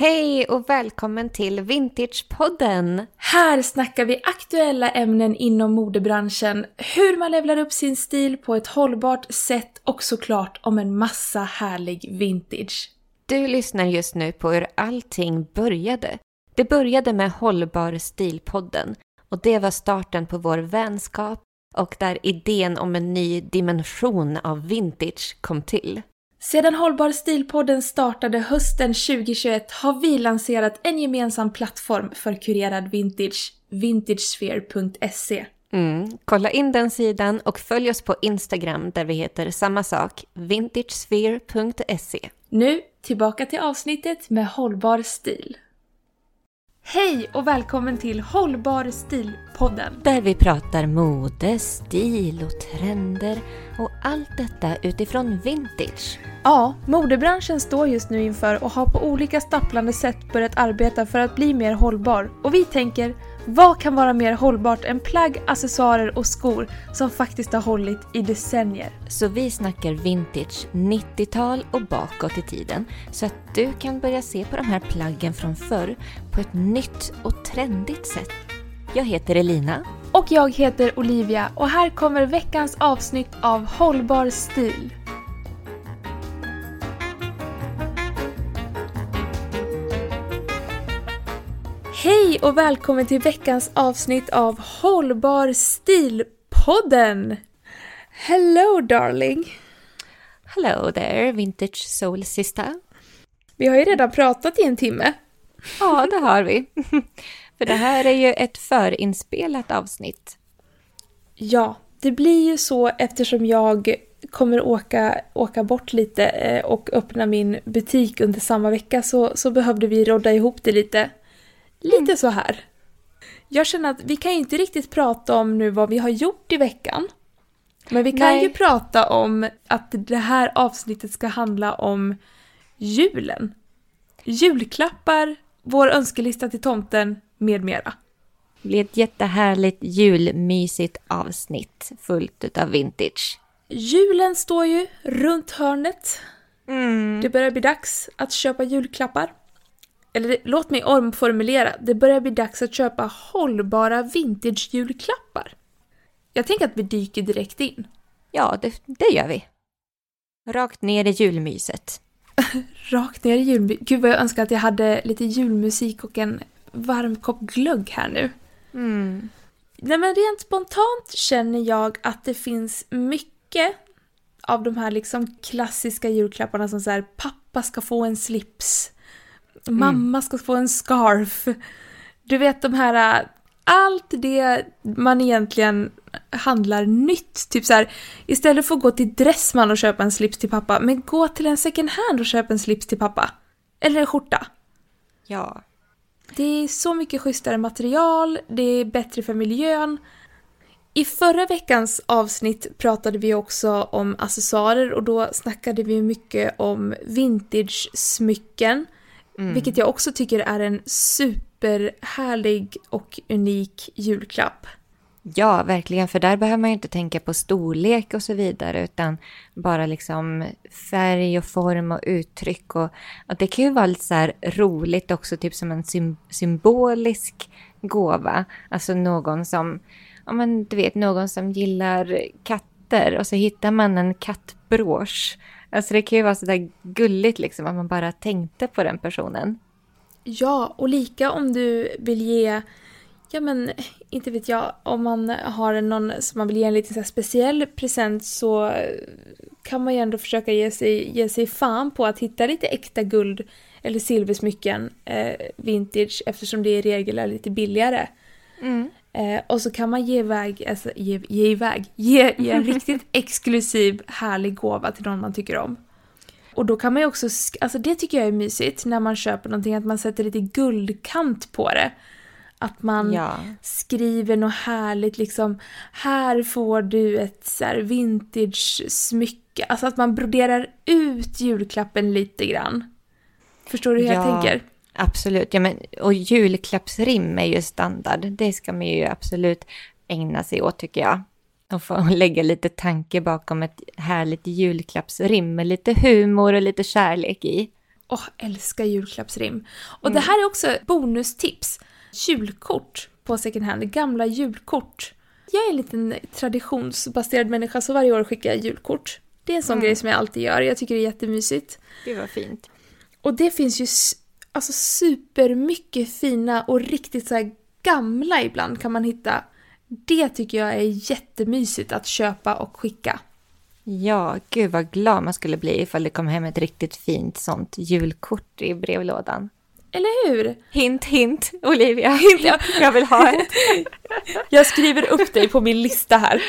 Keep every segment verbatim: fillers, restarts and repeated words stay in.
Hej och välkommen till Vintagepodden! Här snackar vi aktuella ämnen inom modebranschen, hur man levlar upp sin stil på ett hållbart sätt och såklart om en massa härlig vintage. Du lyssnar just nu på hur allting började. Det började med Hållbar stilpodden och det var starten på vår vänskap och där idén om en ny dimension av vintage kom till. Sedan Hållbar stilpodden startade hösten tjugohundratjugoett har vi lanserat en gemensam plattform för kurerad vintage, vintagesphere punkt se. Mm, kolla in den sidan och följ oss på Instagram där vi heter samma sak, vintagesphere punkt se. Nu tillbaka till avsnittet med Hållbar stil. Hej och välkommen till Hållbar stilpodden. Där vi pratar mode, stil och trender och allt detta utifrån vintage. Ja, modebranschen står just nu inför och har på olika stapplande sätt börjat arbeta för att bli mer hållbar. Och vi tänker, vad kan vara mer hållbart än plagg, accessoarer och skor som faktiskt har hållit i decennier? Så vi snackar vintage nittiotal och bakåt i tiden så att du kan börja se på de här plaggen från förr på ett nytt och trendigt sätt. Jag heter Elina. Och jag heter Olivia och här kommer veckans avsnitt av Hållbar stil. Hej och välkommen till veckans avsnitt av Hållbar stilpodden. Hello darling. Hello there, vintage soul sister. Vi har ju redan pratat i en timme. Ja, det har vi. För det här är ju ett förinspelat avsnitt. Ja, det blir ju så eftersom jag kommer åka, åka bort lite och öppna min butik under samma vecka så, så behövde vi rodda ihop det lite. Lite mm. så här. Jag känner att vi kan ju inte riktigt prata om nu vad vi har gjort i veckan. Men vi kan Nej. ju prata om att det här avsnittet ska handla om julen. Julklappar, vår önskelista till tomten med mera. Det blir ett jättehärligt julmysigt avsnitt fullt av vintage. Julen står ju runt hörnet. Mm. Det börjar bli dags att köpa julklappar. Eller låt mig omformulera. Det börjar bli dags att köpa hållbara vintage-julklappar. Jag tänker att vi dyker direkt in. Ja, det, det gör vi. Rakt ner i julmyset. Rakt ner i julmyset. Gud vad jag önskar att jag hade lite julmusik och en varm kopp glögg här nu. Mm. Nej, men rent spontant känner jag att det finns mycket av de här liksom klassiska julklapparna som så här, pappa ska få en slips. Mamma ska få en scarf. Du vet de här, allt det man egentligen handlar nytt. Typ så här, istället för att gå till Dressman och köpa en slips till pappa, men gå till en second hand och köpa en slips till pappa. Eller en skjorta. Ja. Det är så mycket schysstare material, det är bättre för miljön. I förra veckans avsnitt pratade vi också om accessoarer och då snackade vi mycket om vintage-smycken. Mm. Vilket jag också tycker är en superhärlig och unik julklapp. Ja, verkligen. För där behöver man ju inte tänka på storlek och så vidare. Utan bara liksom färg och form och uttryck. Och, och det kan ju vara lite så här roligt också. Typ som en sym- symbolisk gåva. Alltså någon som, ja men du vet, någon som gillar katter. Och så hittar man en kattbrås. Alltså det kan ju vara så där gulligt liksom att man bara tänkte på den personen. Ja, och lika om du vill ge, ja men inte vet jag, om man har någon som man vill ge en liten så här speciell present så kan man ju ändå försöka ge sig, ge sig fan på att hitta lite äkta guld eller silversmycken eh, vintage eftersom det i regel är lite billigare. Mm. Eh, och så kan man ge iväg, alltså, ge, ge iväg, ge, ge en riktigt exklusiv härlig gåva till någon man tycker om. Och då kan man ju också, alltså det tycker jag är mysigt när man köper någonting, att man sätter lite guldkant på det. Att man ja. skriver något härligt liksom, här får du ett så här vintage smycke. Alltså att man broderar ut julklappen lite grann. Förstår du hur ja. jag tänker? Absolut, ja, men, och julklappsrim är ju standard. Det ska man ju absolut ägna sig åt tycker jag. Och få lägga lite tanke bakom ett härligt julklappsrim med lite humor och lite kärlek i. Åh, älskar julklappsrim. Och mm. det här är också bonustips. Julkort på second hand, gamla julkort. Jag är en liten traditionsbaserad människa, så varje år skickar jag julkort. Det är en sån mm. grej som jag alltid gör. Jag tycker det är jättemysigt. Det var fint. Och det finns ju alltså supermycket fina och riktigt så här gamla ibland kan man hitta. Det tycker jag är jättemysigt att köpa och skicka. Ja, gud vad glad man skulle bli ifall det kom hem ett riktigt fint sånt julkort i brevlådan. Eller hur? Hint, hint, Olivia. Hint, ja. Jag vill ha ett. Jag skriver upp dig på min lista här.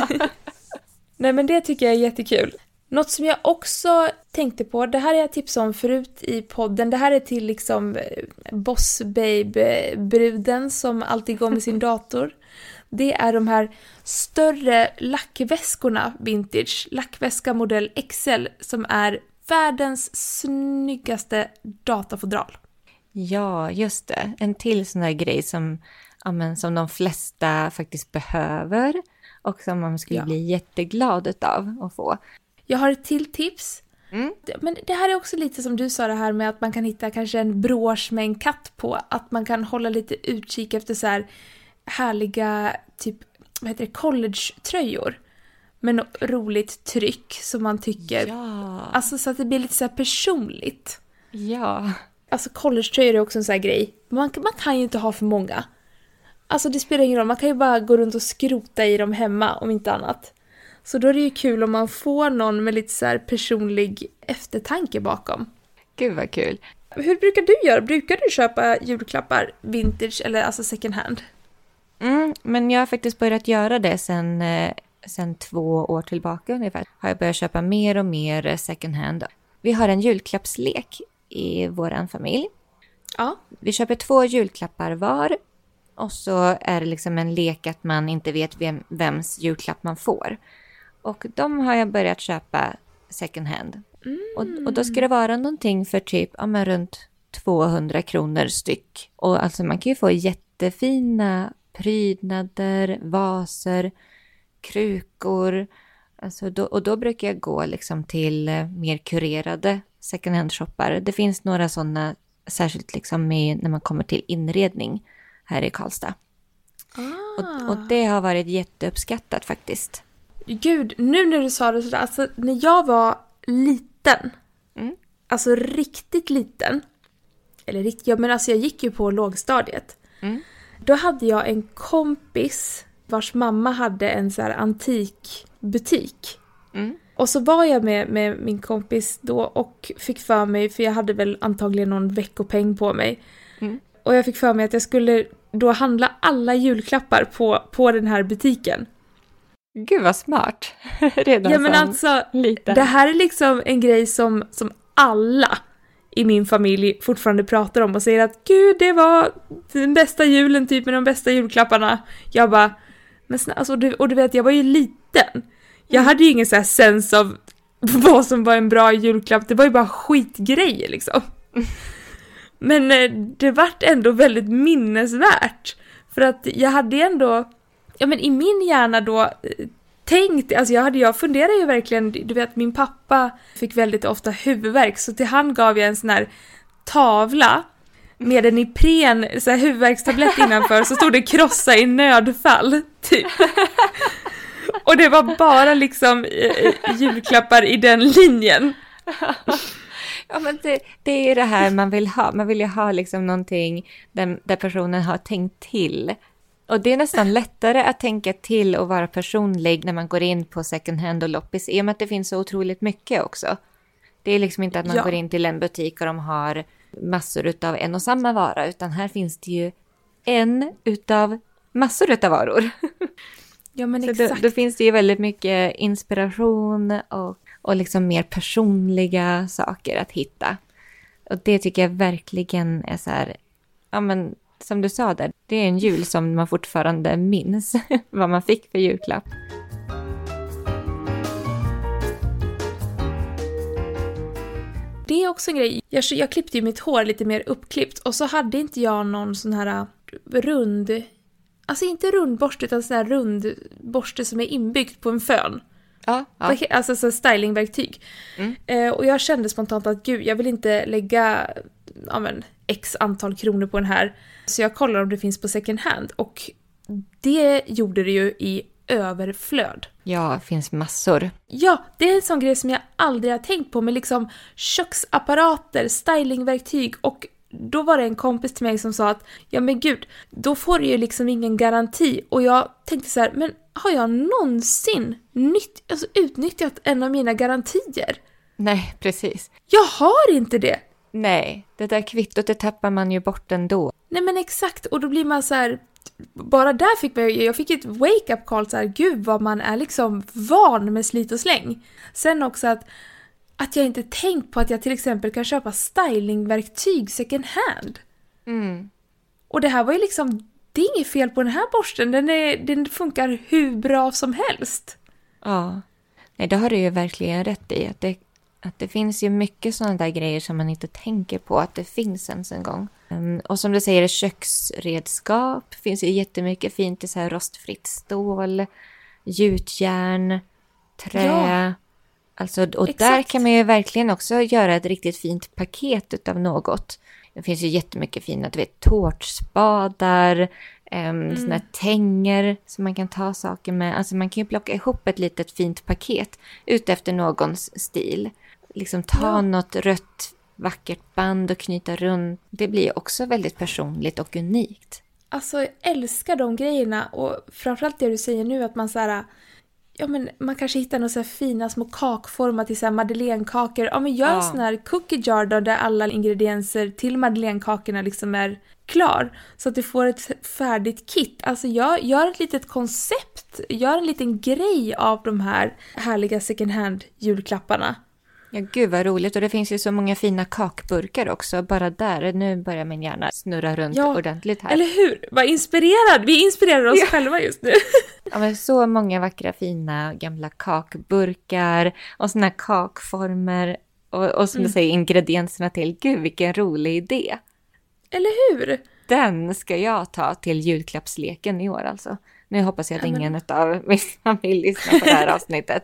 Nej, men det tycker jag är jättekul. Något som jag också tänkte på, det här är jag tipsat om förut i podden. Det här är till liksom Boss Babe-bruden som alltid går med sin dator. Det är de här större lackväskorna vintage. Lackväska modell X L som är världens snyggaste datafodral. Ja, just det. En till sån där grej som, ja, men, som de flesta faktiskt behöver och som man skulle ja. bli jätteglad av att få. Jag har ett till tips. Mm. Men det här är också lite som du sa det här med att man kan hitta kanske en brosch med en katt på. Att man kan hålla lite utkik efter så här härliga typ, vad heter det, college-tröjor. Med något roligt tryck som man tycker. Ja. Alltså så att det blir lite så här personligt. Ja. Alltså college-tröjor är också en sån här grej. Man, man kan ju inte ha för många. Alltså det spelar ingen roll. Man kan ju bara gå runt och skrota i dem hemma om inte annat. Så då är det ju kul om man får någon med lite så här personlig eftertanke bakom. Gud vad kul. Hur brukar du göra? Brukar du köpa julklappar vintage eller alltså second hand? Mm, men jag har faktiskt börjat göra det sen, eh, sen två år tillbaka ungefär. Har jag börjat köpa mer och mer second hand. Vi har en julklappslek i våran familj. Ja. Vi köper två julklappar var. Och så är det liksom en lek att man inte vet vem, vems julklapp man får. Och de har jag börjat köpa second hand. Mm. Och, och då ska det vara någonting för typ ja, men runt tvåhundra kronor styck. Och alltså man kan ju få jättefina prydnader, vaser, krukor. Alltså då, och då brukar jag gå liksom till mer kurerade second hand-shoppar. Det finns några sådana, särskilt liksom med, när man kommer till inredning här i Karlstad. Ah. Och, och det har varit jätteuppskattat faktiskt. Gud, nu när du sa det sådär, alltså när jag var liten, mm. alltså riktigt liten, eller riktigt, ja men alltså jag gick ju på lågstadiet. Mm. Då hade jag en kompis vars mamma hade en så här antik butik. Mm. Och så var jag med, med min kompis då och fick för mig, för jag hade väl antagligen någon veckopeng på mig. Mm. Och jag fick för mig att jag skulle då handla alla julklappar på, på den här butiken. Gud vad smart. Redan ja men alltså, liten. Det här är liksom en grej som, som alla i min familj fortfarande pratar om och säger att gud, det var den bästa julen typ med de bästa julklapparna. Jag bara, men snä, alltså, du, och du vet, jag var ju liten. Jag hade ju ingen så här sens av vad som var en bra julklapp. Det var ju bara skitgrejer liksom. Men det vart ändå väldigt minnesvärt. För att jag hade ändå, ja men i min hjärna då tänkt, alltså jag hade jag funderade ju verkligen, du vet min pappa fick väldigt ofta huvudvärk, så till han gav jag en sån här tavla med en Ipren så här huvudvärkstablett innanför, så stod det krossa i nödfall typ. Och det var bara liksom eh, julklappar i den linjen. Ja, men det, det är det här man vill ha. Man vill ju ha liksom någonting där, där personen har tänkt till. Och det är nästan lättare att tänka till och vara personlig när man går in på second hand och loppis. I och med att det finns så otroligt mycket också. Det är liksom inte att man ja. går in till en butik och de har massor utav en och samma vara. Utan här finns det ju en utav massor utav varor. Ja, men så exakt. Då, då finns det ju väldigt mycket inspiration och, och liksom mer personliga saker att hitta. Och det tycker jag verkligen är så här, ja men som du sa där, det är en jul som man fortfarande minns vad man fick för julklapp. Det är också en grej. Jag, jag klippte ju mitt hår lite mer uppklippt och så hade inte jag någon sån här rund, alltså inte rundborste utan sån här rund borste som är inbyggt på en fön. Ja, ja. Alltså så stylingverktyg. Mm. Eh, och jag kände spontant att gud, jag vill inte lägga ja, men, x antal kronor på den här. Så jag kollar om det finns på second hand. Och det gjorde det ju i överflöd. Ja, det finns massor. Ja, det är en sån grej som jag aldrig har tänkt på med liksom köksapparater, stylingverktyg och då var det en kompis till mig som sa att ja men gud, då får du ju liksom ingen garanti och jag tänkte så här, men har jag någonsin nytt, alltså utnyttjat en av mina garantier? Nej, precis. Jag har inte det. Nej, det där kvittot det tappar man ju bort ändå. Nej men exakt, och då blir man så här, bara där fick man, jag fick ett wake-up call så här, gud vad man är liksom van med slit och släng. Sen också att, att jag inte tänkt på att jag till exempel kan köpa stylingverktyg second hand. Mm. Och det här var ju liksom, det är inget fel på den här borsten, den, är, den funkar hur bra som helst. Ja, nej det har du ju verkligen rätt i. Att det, att det finns ju mycket sådana där grejer som man inte tänker på att det finns ens en gång. Um, och som du säger, köksredskap finns ju jättemycket fint i så här rostfritt stål, gjutjärn, trä. Ja, alltså, och exakt. Där kan man ju verkligen också göra ett riktigt fint paket utav något. Det finns ju jättemycket fina, du vet, tårtspadar, um, mm. såna här tänger som man kan ta saker med. Alltså man kan ju plocka ihop ett litet fint paket ut efter någons stil. Liksom ta ja. något rött vackert band och knyta runt. Det blir också väldigt personligt och unikt. Alltså jag älskar de grejerna och framförallt det du säger nu att man så här, ja men man kanske hittar några så här fina små kakformar till så här madeleinekakor. Ja men gör ja. en sån här cookie jar då, där alla ingredienser till madeleinekakorna liksom är klar så att du får ett färdigt kit. Alltså jag gör ett litet koncept, gör en liten grej av de här härliga second hand julklapparna. Ja, gud vad roligt. Och det finns ju så många fina kakburkar också. Bara där, nu börjar min hjärna snurra runt ja, ordentligt här. Eller hur? Vad inspirerad! Vi inspirerar oss ja. själva just nu. Ja, men så många vackra, fina gamla kakburkar och såna här kakformer. Och, och som mm. du säger, ingredienserna till. Gud, vilken rolig idé. Eller hur? Den ska jag ta till julklappsleken i år alltså. Nu hoppas jag att ingen ja, men... av min familj lyssnar på det här avsnittet.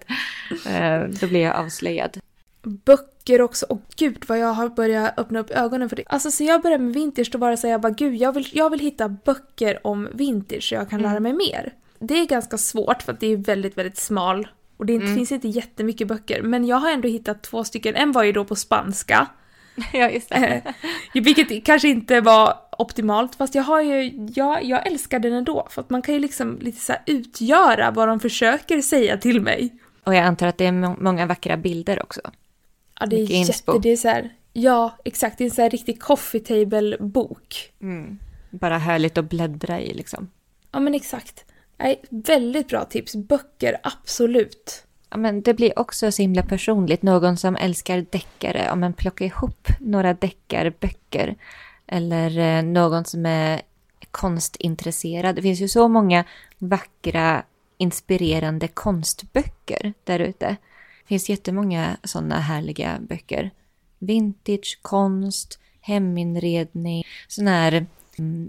uh, då blir jag avslöjad. Böcker också. Och gud vad jag har börjat öppna upp ögonen för det. Alltså så jag började med vintage då var det så jag bara gud jag vill, jag vill hitta böcker om vintage så jag kan mm. lära mig mer. Det är ganska svårt för att det är väldigt väldigt smal. Och det inte, mm. finns inte jättemycket böcker. Men jag har ändå hittat två stycken. En var ju då på spanska. Ja just det. Vilket kanske inte var optimalt. Fast jag har ju, jag, jag älskar den ändå. För att man kan ju liksom lite så här utgöra vad de försöker säga till mig. Och jag antar att det är må- många vackra bilder också. Ja, det är jätte, det är så här, ja, exakt, det är en så här riktig coffee table-bok. Mm. Bara härligt att bläddra i liksom. Ja, men exakt. Nej, väldigt bra tips. Böcker, absolut. Ja, men det blir också så himla personligt. Någon som älskar deckare, ja, men plocka ihop några deckarböcker. Eller eh, någon som är konstintresserad. Det finns ju så många vackra, inspirerande konstböcker där ute. Det finns jättemånga sådana härliga böcker. Vintage, konst, heminredning, sån här mm,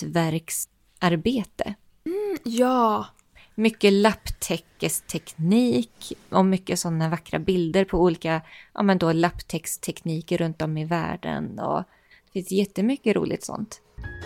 hantverksarbete. Mm, ja. Mycket lapptäckesteknik och mycket sådana vackra bilder på olika ja, men då lapptäckstekniker runt om i världen. Och det finns jättemycket roligt sånt.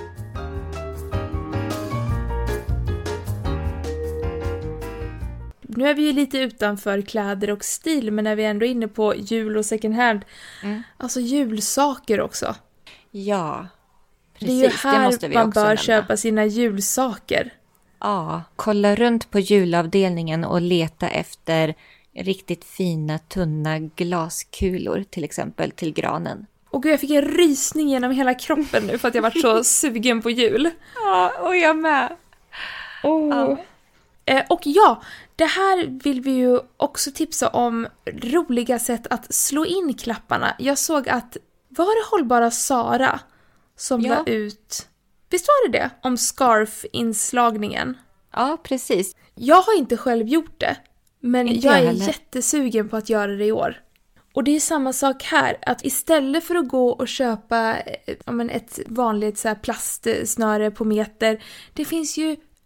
Nu är vi ju lite utanför kläder och stil, men när vi är ändå inne på jul och second hand, mm. alltså julsaker också. Ja, precis. Det är ju här det måste vi man också bör nämna. köpa sina julsaker. Ja, kolla runt på julavdelningen och leta efter riktigt fina, tunna glaskulor till exempel till granen. Och gud, jag fick en rysning genom hela kroppen nu för att jag var så sugen på jul. Ja, och jag med. Oh. Ja. Eh, och ja, det här vill vi ju också tipsa om roliga sätt att slå in klapparna. Jag såg att, var det Hållbara Sara som ja. la ut, visst var det det? Om scarf-inslagningen. Ja, precis. Jag har inte själv gjort det, men inte jag är heller. jättesugen på att göra det i år. Och det är samma sak här, att istället för att gå och köpa ja, men ett vanligt så här plastsnöre på meter, det finns ju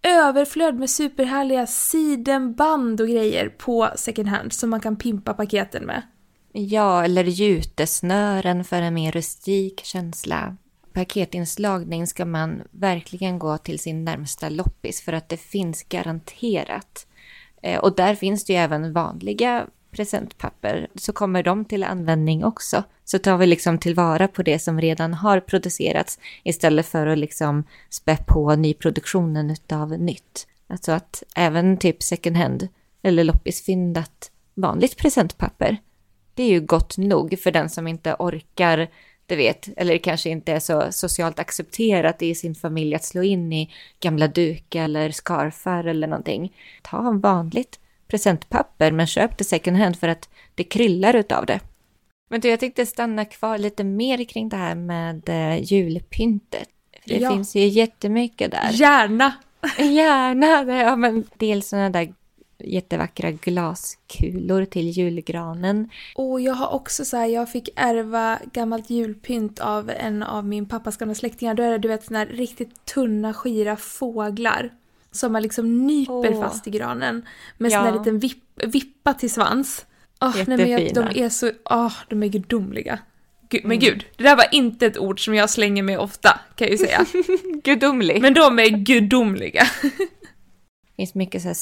överflöd med superhärliga sidenband och grejer på second hand som man kan pimpa paketen med. Ja, eller jutesnören för en mer rustik känsla. Paketinslagning ska man verkligen gå till sin närmsta loppis för att det finns garanterat. Och där finns det ju även vanliga presentpapper, så kommer de till användning också. Så tar vi liksom tillvara på det som redan har producerats istället för att liksom spä på nyproduktionen utav nytt. Alltså att även typ second hand eller loppisfyndat vanligt presentpapper, det är ju gott nog för den som inte orkar, du vet, eller kanske inte är så socialt accepterat i sin familj att slå in i gamla dukar eller skarfar eller någonting. Ta vanligt presentpapper men köp det second hand för att det kryllar utav det. Men du, jag tänkte stanna kvar lite mer kring det här med eh, julpyntet. För det ja. finns ju jättemycket där. Gärna! Gärna! Ja, men dels sådana där jättevackra glaskulor till julgranen. Och jag har också så här, jag fick ärva gammalt julpynt av en av min pappas gamla släktingar. Då är det, du vet, såna här riktigt tunna, skira fåglar som man liksom nyper oh. fast i granen med ja. sån här liten vipp, vippa till svans. Oh, nej, men jag, de är så, oh, de är gudomliga. Gud, mm. Men gud, det där var inte ett ord som jag slänger med ofta, kan jag ju säga. Gudomlig. Men de är gudomliga. Det finns mycket så här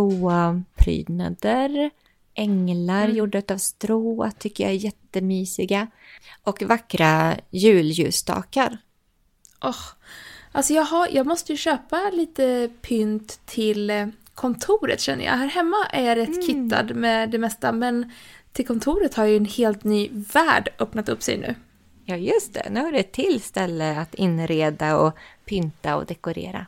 stråprydnader. Änglar mm. gjorda av strå tycker jag är jättemysiga. Och vackra julljusstakar. Oh, alltså jag, har, jag måste ju köpa lite pynt till kontoret, känner jag. Här hemma är jag rätt mm. kittad med det mesta, men till kontoret har ju en helt ny värld öppnat upp sig nu. Ja, just det. Nu har det ett till ställe att inreda och pynta och dekorera.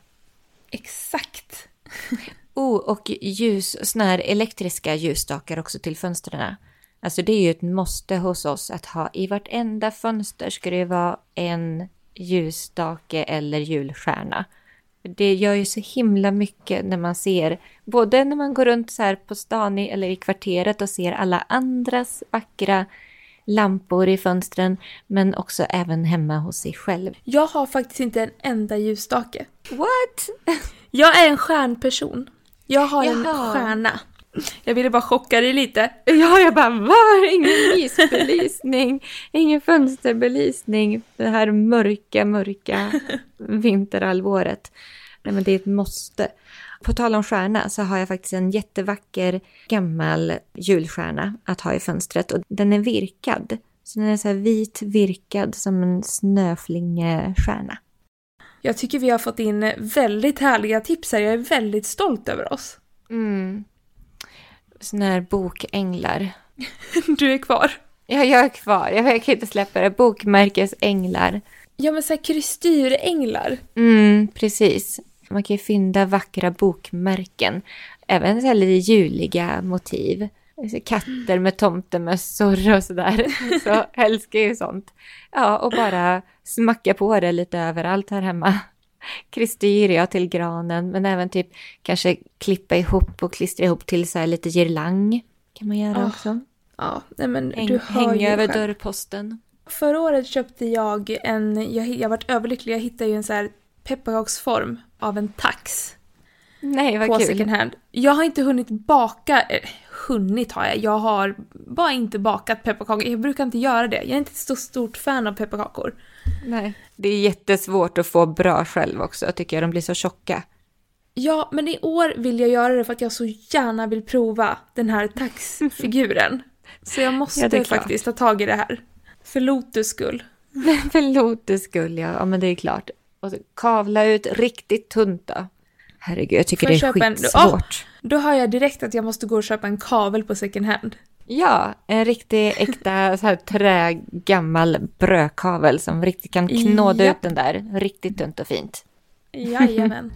Exakt. Oh, och ljus, såna här elektriska ljusstakar också till fönstren. Alltså det är ju ett måste hos oss att ha i vartenda fönster ska det vara en ljusstake eller julstjärna. Det gör ju så himla mycket när man ser, både när man går runt så här på stan eller i kvarteret och ser alla andras vackra lampor i fönstren, men också även hemma hos sig själv. Jag har faktiskt inte en enda ljusstake. What? Jag är en stjärnperson. Jag har Jaha. en stjärna. Jag ville bara chocka dig lite. Ja, jag bara, var ingen lysbelysning, ingen fönsterbelysning. Det här mörka, mörka vinterhalvåret. Nej, men det är ett måste. På tal om stjärna så har jag faktiskt en jättevacker gammal julstjärna att ha i fönstret. Och den är virkad. Så den är så här vit virkad som en snöflingestjärna. Jag tycker vi har fått in väldigt härliga tips här. Jag är väldigt stolt över oss. Mm. Såna här bokänglar. Du är kvar. Ja, jag är kvar. Jag kan inte släppa det. Bokmärkesänglar. Ja, men så här krystyränglar. Mm, precis. Man kan ju fynda vackra bokmärken. Även så här lite juliga motiv. Katter med tomtemössor och sådär. Så älskar ju sånt. Ja, och bara smacka på det lite överallt här hemma. Kristyr jag till granen, men även typ kanske klippa ihop och klistra ihop till så här lite girlang kan man göra oh, också. Ja, nej men Häng, du hör hänga över själv. Dörrposten. Förra året köpte jag en, jag, jag varit överlycklig, jag hittade ju en så här pepparkaksform av en tax. Nej, vad på kul. second hand. Jag har inte hunnit baka, eh, hunnit har jag, jag har bara inte bakat pepparkakor. Jag brukar inte göra det, jag är inte så stort fan av pepparkakor. Nej, det är jättesvårt att få bra själv också, tycker jag. De blir så tjocka. Ja, men i år vill jag göra det för att jag så gärna vill prova den här taxfiguren. Så jag måste ja, faktiskt ta tag i det här. För Lotus skull. För Lotus skull, ja. Ja, men det är klart. Och så kavla ut riktigt tunt då. Herregud, jag tycker jag det är skitsvårt. En, oh, då har jag direkt att jag måste gå och köpa en kavel på second hand. Ja, en riktig äkta så här trä gammal brödkavel som riktigt kan knåda Japp. ut den där. Riktigt tunt och fint. Jajamän.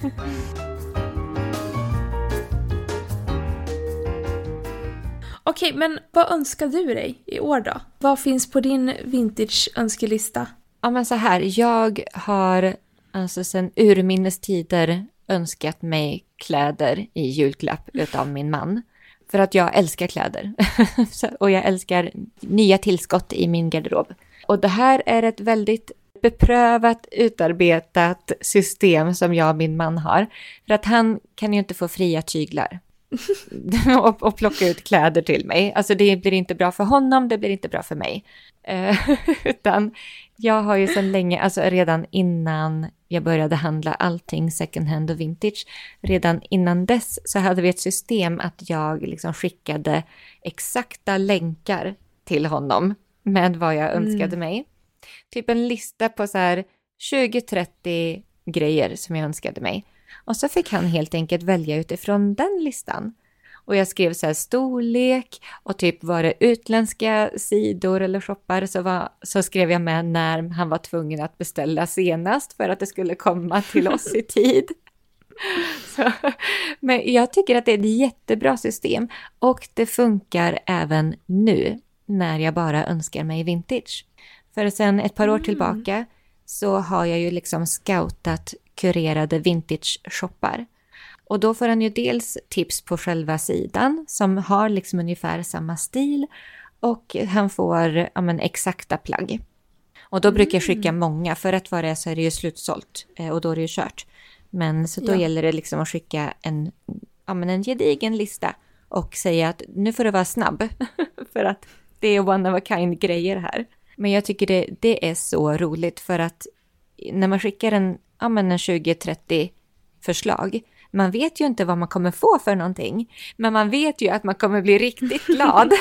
Okej, men vad önskar du dig i år då? Vad finns på din vintage-önskelista? Ja, men så här. Jag har alltså sedan urminnes tider önskat mig kläder i julklapp utav min man. För att jag älskar kläder. Och jag älskar nya tillskott i min garderob. Och det här är ett väldigt beprövat, utarbetat system som jag och min man har. För att han kan ju inte få fria tyglar och, och plocka ut kläder till mig. Alltså det blir inte bra för honom, det blir inte bra för mig. Uh, utan jag har ju sedan länge, alltså redan innan jag började handla allting second hand och vintage, redan innan dess så hade vi ett system att jag liksom skickade exakta länkar till honom med vad jag mm. önskade mig. Typ en lista på så här tjugo trettio grejer som jag önskade mig. Och så fick han helt enkelt välja utifrån den listan. Och jag skrev så här storlek och typ var det utländska sidor eller shoppar så, var, så skrev jag med när han var tvungen att beställa senast för att det skulle komma till oss i tid. Så, men jag tycker att det är ett jättebra system och det funkar även nu när jag bara önskar mig vintage. För sen ett par år tillbaka så har jag ju liksom scoutat kurerade vintage-shoppar. Och då får han ju dels tips på själva sidan som har liksom ungefär samma stil och han får ja, men, exakta plagg. Och då mm. brukar jag skicka många, för att vara det så är det ju slutsålt och då är det ju kört. Men så då ja. gäller det liksom att skicka en, ja, men en gedigen lista och säga att nu får det vara snabb för att det är one of a kind grejer här. Men jag tycker det, det är så roligt för att när man skickar en, ja, men en tjugo trettio förslag, man vet ju inte vad man kommer få för någonting, men man vet ju att man kommer bli riktigt glad.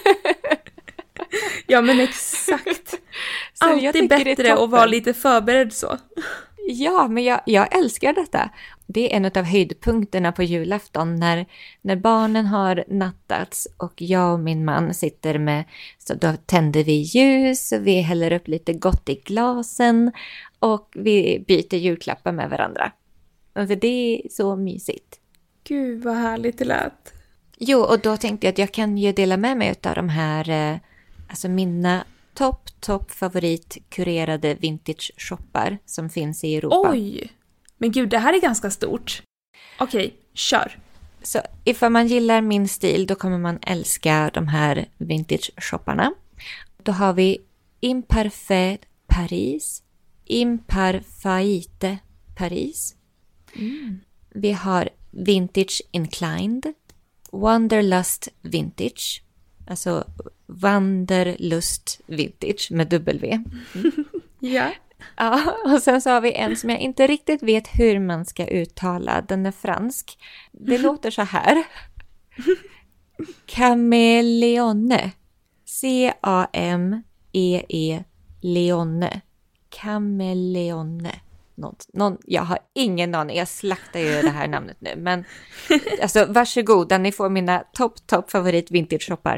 Ja, men exakt. Alltid bättre att vara lite förberedd så. Ja, men jag, jag älskar detta. Det är en av höjdpunkterna på julafton när, när barnen har nattats och jag och min man sitter med, så då tänder vi ljus och vi häller upp lite gott i glasen och vi byter julklappar med varandra. Alltså det är så mysigt. Gud vad härligt det lät. Jo, och då tänkte jag att jag kan ju dela med mig av de här, alltså mina topp, topp favorit kurerade vintage-shoppar som finns i Europa. Oj! Men gud, det här är ganska stort. Okej, kör. Så ifall man gillar min stil då kommer man älska de här vintage-shopparna. Då har vi Imparfait Paris, Imparfaite Paris. Mm. Vi har Vintage Inclined, Wanderlust Vintage, alltså Wanderlust Vintage med W. Mm. Ja. Ja, och sen så har vi en som jag inte riktigt vet hur man ska uttala. Den är fransk. Det låter så här. Cameleone. C A M E E Leone. Cameleone. Något, någon, jag har ingen aning, jag slaktar ju det här namnet nu. Men alltså, varsågoda, ni får mina topp, topp favorit vintage-shoppar.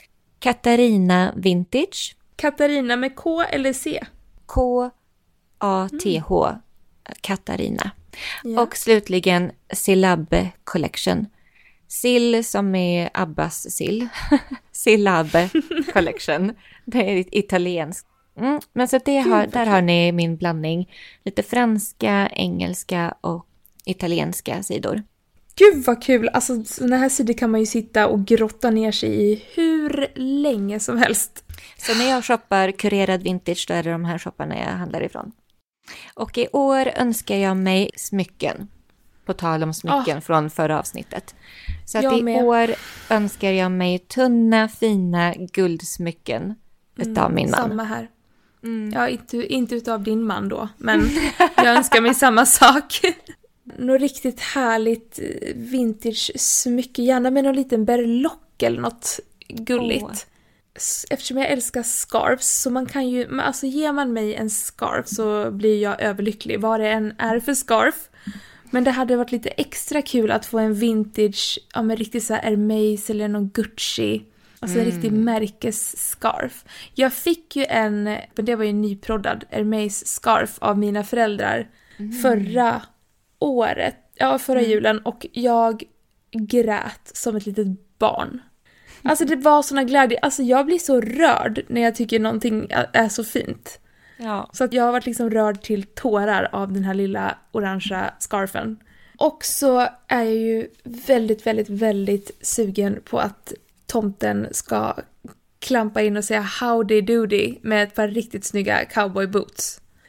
Katarina Vintage. Katarina med K eller C? K A T H. Mm. Katarina. Ja. Och slutligen Syllabe Collection. Sill som är Abbas sill. Syllabe Collection. Det är italienskt. Mm, men så det har, där har ni min blandning. Lite franska, engelska och italienska sidor. Gud vad kul! Alltså såna här sidor kan man ju sitta och grotta ner sig i hur länge som helst. Så när jag shoppar kurerad vintage då är det de här shopparna jag handlar ifrån. Och i år önskar jag mig smycken. På tal om smycken oh. från förra avsnittet. Så att i med. år önskar jag mig tunna, fina guldsmycken utav mm, min man. Samma här. Mm. Ja, inte, inte utav din man då. Men jag önskar mig samma sak. Något riktigt härligt vintage-smycke. Gärna med någon liten berlock eller något gulligt. Oh. Eftersom jag älskar scarves så man kan ju, alltså ger man mig en scarf så blir jag överlycklig. Vad det än är för scarf. Men det hade varit lite extra kul att få en vintage, ja men riktigt så här Hermes eller någon Gucci. Alltså en mm. riktig märkesscarf. Jag fick ju en, men det var ju en nyproddad Hermes scarf av mina föräldrar mm. förra året. Ja, förra mm. julen. Och jag grät som ett litet barn. Alltså det var såna glädje. Alltså jag blir så rörd när jag tycker någonting är så fint. Ja. Så att jag har varit liksom rörd till tårar av den här lilla orangea scarfen. Och så är jag ju väldigt, väldigt, väldigt sugen på att tomten ska klampa in och säga howdy doody med ett par riktigt snygga cowboy boots.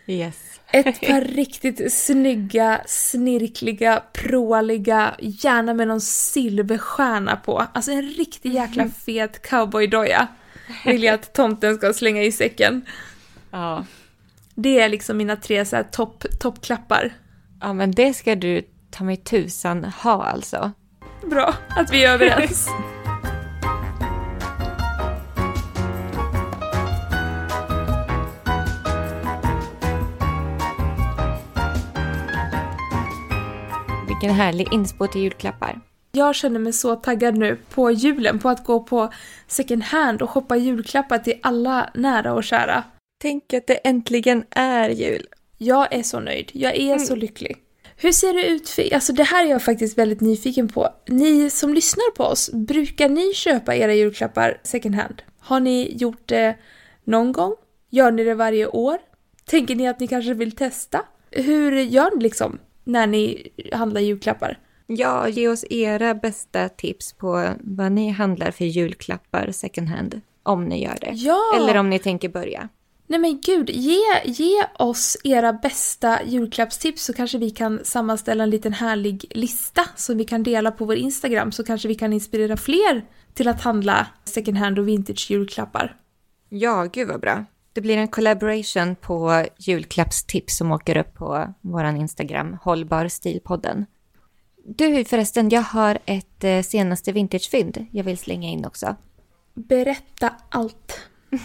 Yes. Ett par riktigt snygga, snirkliga, pråliga, gärna med någon silverstjärna på. Alltså en riktigt jäkla fet cowboydoja vill jag att tomten ska slänga i säcken. Ja. Det är liksom mina tre så här topp, toppklappar. Ja, men det ska du ta mig tusan ha alltså. Bra att vi är överens. Vilken härlig inspo till julklappar. Jag känner mig så taggad nu på julen, på att gå på second hand och shoppa julklappar till alla nära och kära. Tänk att det äntligen är jul. Jag är så nöjd. Jag är mm. så lycklig. Hur ser det ut för... Alltså det här är jag faktiskt väldigt nyfiken på. Ni som lyssnar på oss, brukar ni köpa era julklappar second hand? Har ni gjort det någon gång? Gör ni det varje år? Tänker ni att ni kanske vill testa? Hur gör ni liksom när ni handlar julklappar? Ja, ge oss era bästa tips på vad ni handlar för julklappar second hand. Om ni gör det. Ja. Eller om ni tänker börja. Nej men gud, ge, ge oss era bästa julklappstips så kanske vi kan sammanställa en liten härlig lista som vi kan dela på vår Instagram, så kanske vi kan inspirera fler till att handla second hand och vintage julklappar. Ja, gud vad bra. Det blir en collaboration på julklappstips som åker upp på vår Instagram, Hållbar stilpodden. Du förresten, jag har ett eh, senaste vintagefynd jag vill slänga in också. Berätta allt.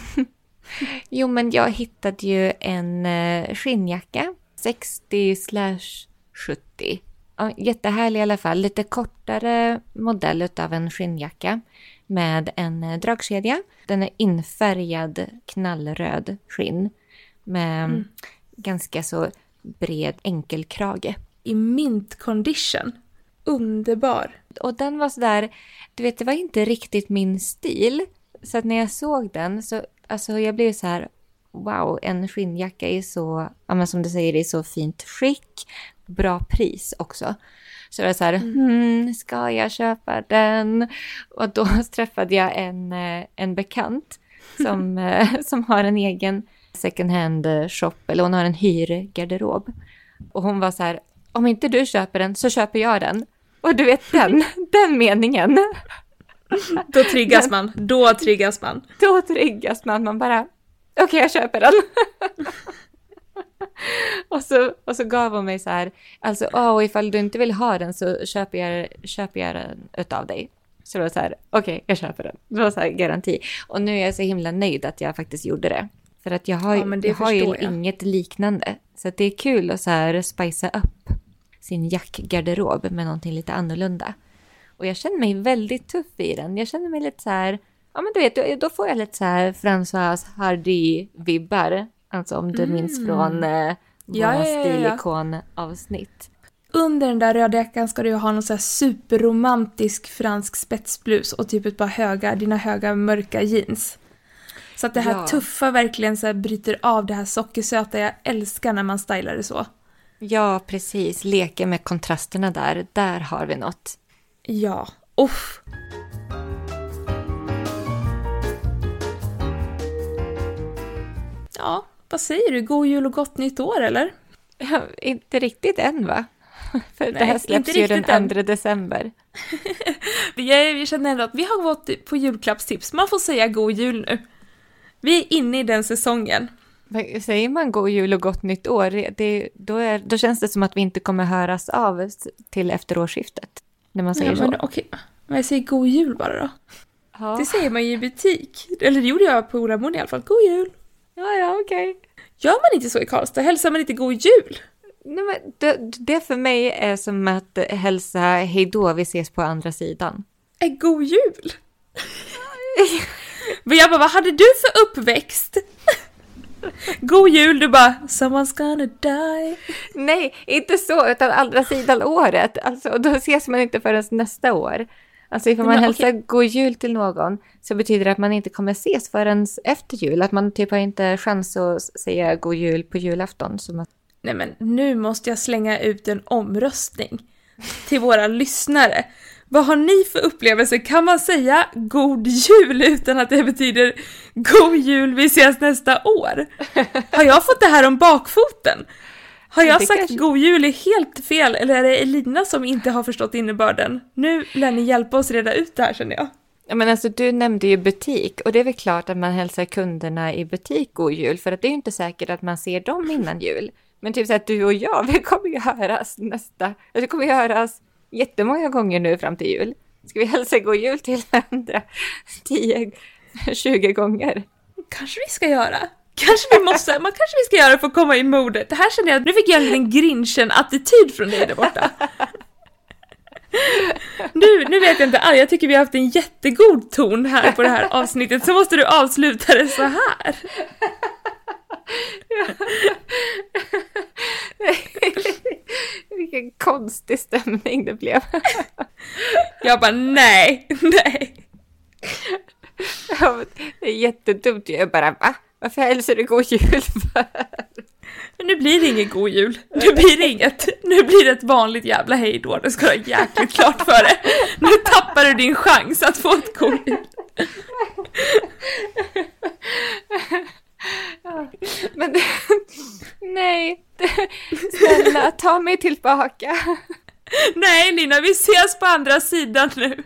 Jo, men jag hittade ju en eh, skinnjacka, sextio sjuttio. Ja, jättehärlig i alla fall. Lite kortare modell av en skinnjacka med en eh, dragkedja. Den är infärgad knallröd skinn med mm. ganska så bred enkelkrage. I mint condition. Underbar. Och den var så där, du vet, det var inte riktigt min stil. Så att när jag såg den så, alltså jag blev så här, wow, en skinnjacka är så, ja men som du säger, det är så fint skick, bra pris också. Så det var så här, mm. hmm, ska jag köpa den? Och då träffade jag en, en bekant som, som har en egen second hand shop, eller hon har en hyrgarderob. Och hon var så här, om inte du köper den så köper jag den. Och du vet den, den meningen. Då triggas man, då triggas man. Då triggas man, man bara, okej okay, jag köper den. och, så, och så gav hon mig så här, alltså åh, ifall du inte vill ha den så köper jag, köper jag den utav dig. Så det var så här, okej okay, jag köper den. Det var så här garanti. Och nu är jag så himla nöjd att jag faktiskt gjorde det. För att jag har, ja, jag har ju jag. inget liknande. Så att det är kul att så här spicea upp sin jackgarderob med någonting lite annorlunda. Och jag känner mig väldigt tuff i den. Jag känner mig lite så här, ja men du vet, då får jag lite så här Françoise Hardy-vibbar. Alltså om du mm. minns från eh, våra ja, ja, ja, ja. stilikon-avsnitt. Under den där röda jackan ska du ha någon så här superromantisk fransk spetsblus och typ ett par höga, dina höga mörka jeans. Så att det här ja. tuffa verkligen så här bryter av det här sockersöta. Jag älskar när man stylar det så. Ja, precis. Leka med kontrasterna där. Där har vi något. Ja, uff. Ja, vad säger du? God jul och gott nytt år, eller? Ja, inte riktigt än, va? För nej, det här släpps ju den andra december. Jag känner ändå att vi har gått på julklappstips. Man får säga god jul nu. Vi är inne i den säsongen. Säger man god jul och gott nytt år, det, då, är, då känns det som att vi inte kommer höras av till efter årsskiftet. När man säger ja, men, så. Okej, men jag säger god jul bara då. Ja. Det säger man ju i butik. Eller det gjorde jag på Ola Mon i alla fall. God jul. Ja, ja, okej. Okay. Gör man inte så i Karlstad? Hälsar man inte god jul? Nej, men det, det för mig är som att hälsa hej då, vi ses på andra sidan. En god jul? Men jag bara, vad hade du för uppväxt? God jul, du bara, someone's gonna die. Nej, inte så, utan andra sidan året. Alltså, då ses man inte förrän nästa år. Alltså ifall man men, hälsar okay. god jul till någon så betyder det att man inte kommer ses förrän efter jul. Att man typ har inte chans att säga god jul på julafton. Som att... Nej men nu måste jag slänga ut en omröstning till våra lyssnare. Vad har ni för upplevelser? Kan man säga god jul utan att det betyder god jul, vi ses nästa år? Har jag fått det här om bakfoten? Har jag sagt kanske... god jul är helt fel, eller är det Elina som inte har förstått innebörden? Nu lär ni hjälpa oss reda ut det här, känner jag. Ja, men alltså, du nämnde ju butik, och det är väl klart att man hälsar kunderna i butik god jul, för att det är ju inte säkert att man ser dem innan jul. Men typ så att du och jag, vi kommer ju höras nästa, det kommer ju höras jättemånga gånger nu fram till jul. Ska vi hälsa god jul till andra tio, tjugo gånger? Kanske vi ska göra. Kanske vi måste, man kanske vi ska göra för att komma i modet. Det här känner jag att nu fick jag en liten Grinchen-attityd från dig där borta. Nu, nu vet jag inte alls, jag tycker vi har haft en jättegod ton här på det här avsnittet, så måste du avsluta det så här. Vilken konstig stämning det blev. Jag bara, nej, nej. Ja, det är jättedumt. Jag bara, va? Varför hälsar du god jul för? Men nu blir det ingen god jul. Nu blir det inget. Nu blir det ett vanligt jävla hej då. Det ska du ha jäkligt klart för det. Nu tappar du din chans att få ett god jul. Ja, men nej, snälla, ta mig tillbaka. Nej, Lina, vi ses på andra sidan nu.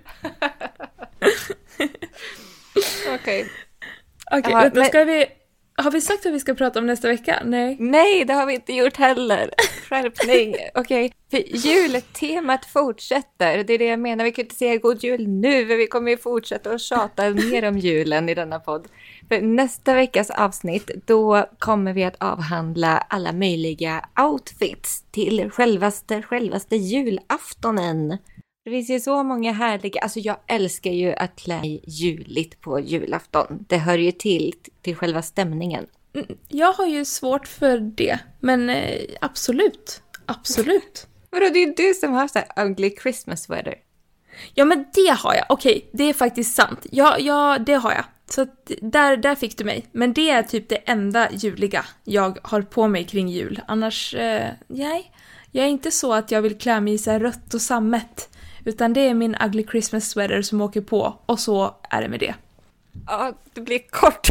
Okej. Okej, ja, då ska vi... Har vi sagt vad vi ska prata om nästa vecka? Nej. Nej, det har vi inte gjort heller. Skärpning. Okej, för jultemat fortsätter. Det är det jag menar. Vi kan inte säga god jul nu. För vi kommer ju fortsätta att tjata mer om julen i denna podd. För nästa veckas avsnitt, då kommer vi att avhandla alla möjliga outfits till självaste, självaste julaftonen. Det finns ju så många härliga, alltså jag älskar ju att klä mig juligt på julafton. Det hör ju till, till själva stämningen. Jag har ju svårt för det, men eh, absolut, absolut. Vadå, det är ju du som har så här ugly Christmas sweater. Ja, men det har jag, okej, det är faktiskt sant. Ja, ja, det har jag. Så att där, där fick du mig. Men det är typ det enda juliga jag har på mig kring jul. Annars, eh, nej, jag är inte så att jag vill klä mig i så här rött och sammet. Utan det är min ugly Christmas sweater som åker på. Och så är det med det. Ja, det blir kort.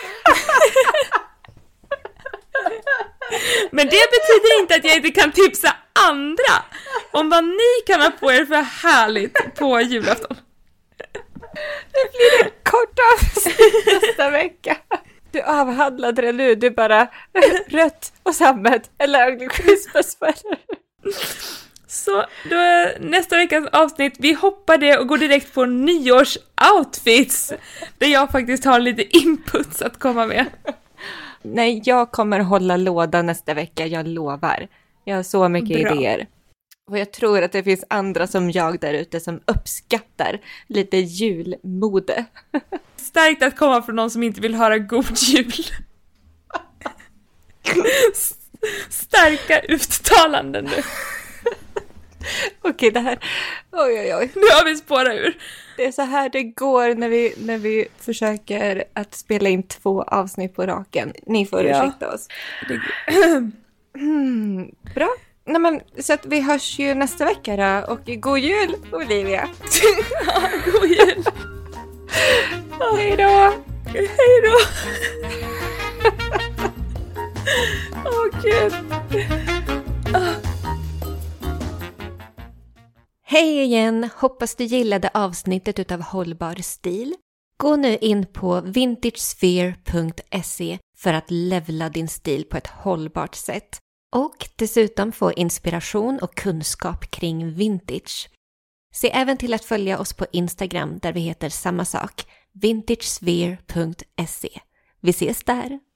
Men det betyder inte att jag inte kan tipsa andra om vad ni kan ha på er för härligt på julafton. Det blir en kort avsnitt nästa vecka. Du avhandlade det nu. Du bara rött och sammet. Eller ugly Christmas sweater. Så då är nästa veckas avsnitt, vi hoppar det och går direkt på nyårsoutfits. Där jag faktiskt har lite inputs att komma med. Nej, jag kommer hålla låda nästa vecka, jag lovar. Jag har så mycket Bra. idéer. Och jag tror att det finns andra som jag där ute som uppskattar lite julmode. Starkt att komma från någon som inte vill höra god jul. Starka uttalanden nu. Okej, det här... Oj, oj, oj. Nu har vi spårat ur. Det är så här det går när vi, när vi försöker att spela in två avsnitt på raken. Ni får ja. ursäkta oss. Det mm, bra. Nej, men, så att vi hörs ju nästa vecka då. Och god jul, Olivia. Ja, god jul. Ja, hej då. Hej då. Åh, oh, gud. Oh. Hej igen! Hoppas du gillade avsnittet utav Hållbar stil. Gå nu in på vintagesphere punkt se för att levla din stil på ett hållbart sätt. Och dessutom få inspiration och kunskap kring vintage. Se även till att följa oss på Instagram där vi heter samma sak, vintagesphere punkt se. Vi ses där!